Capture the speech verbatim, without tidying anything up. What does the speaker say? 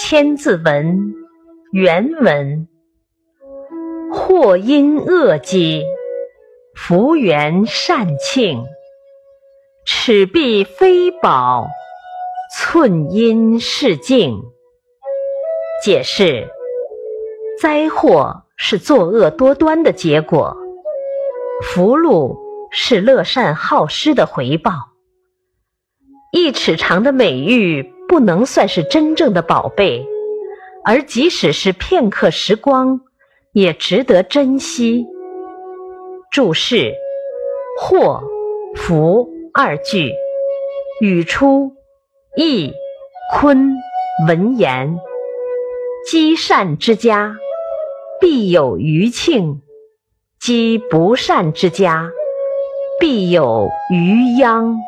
千字文原文：祸因恶积，福缘善庆，尺璧非宝，寸阴是镜。解释：灾祸是作恶多端的结果，福禄是乐善好施的回报。一尺长的美玉不能算是真正的宝贝，而即使是片刻时光，也值得珍惜。注释：祸、福二句，语出易、坤、文言。积善之家，必有余庆；积不善之家，必有余殃。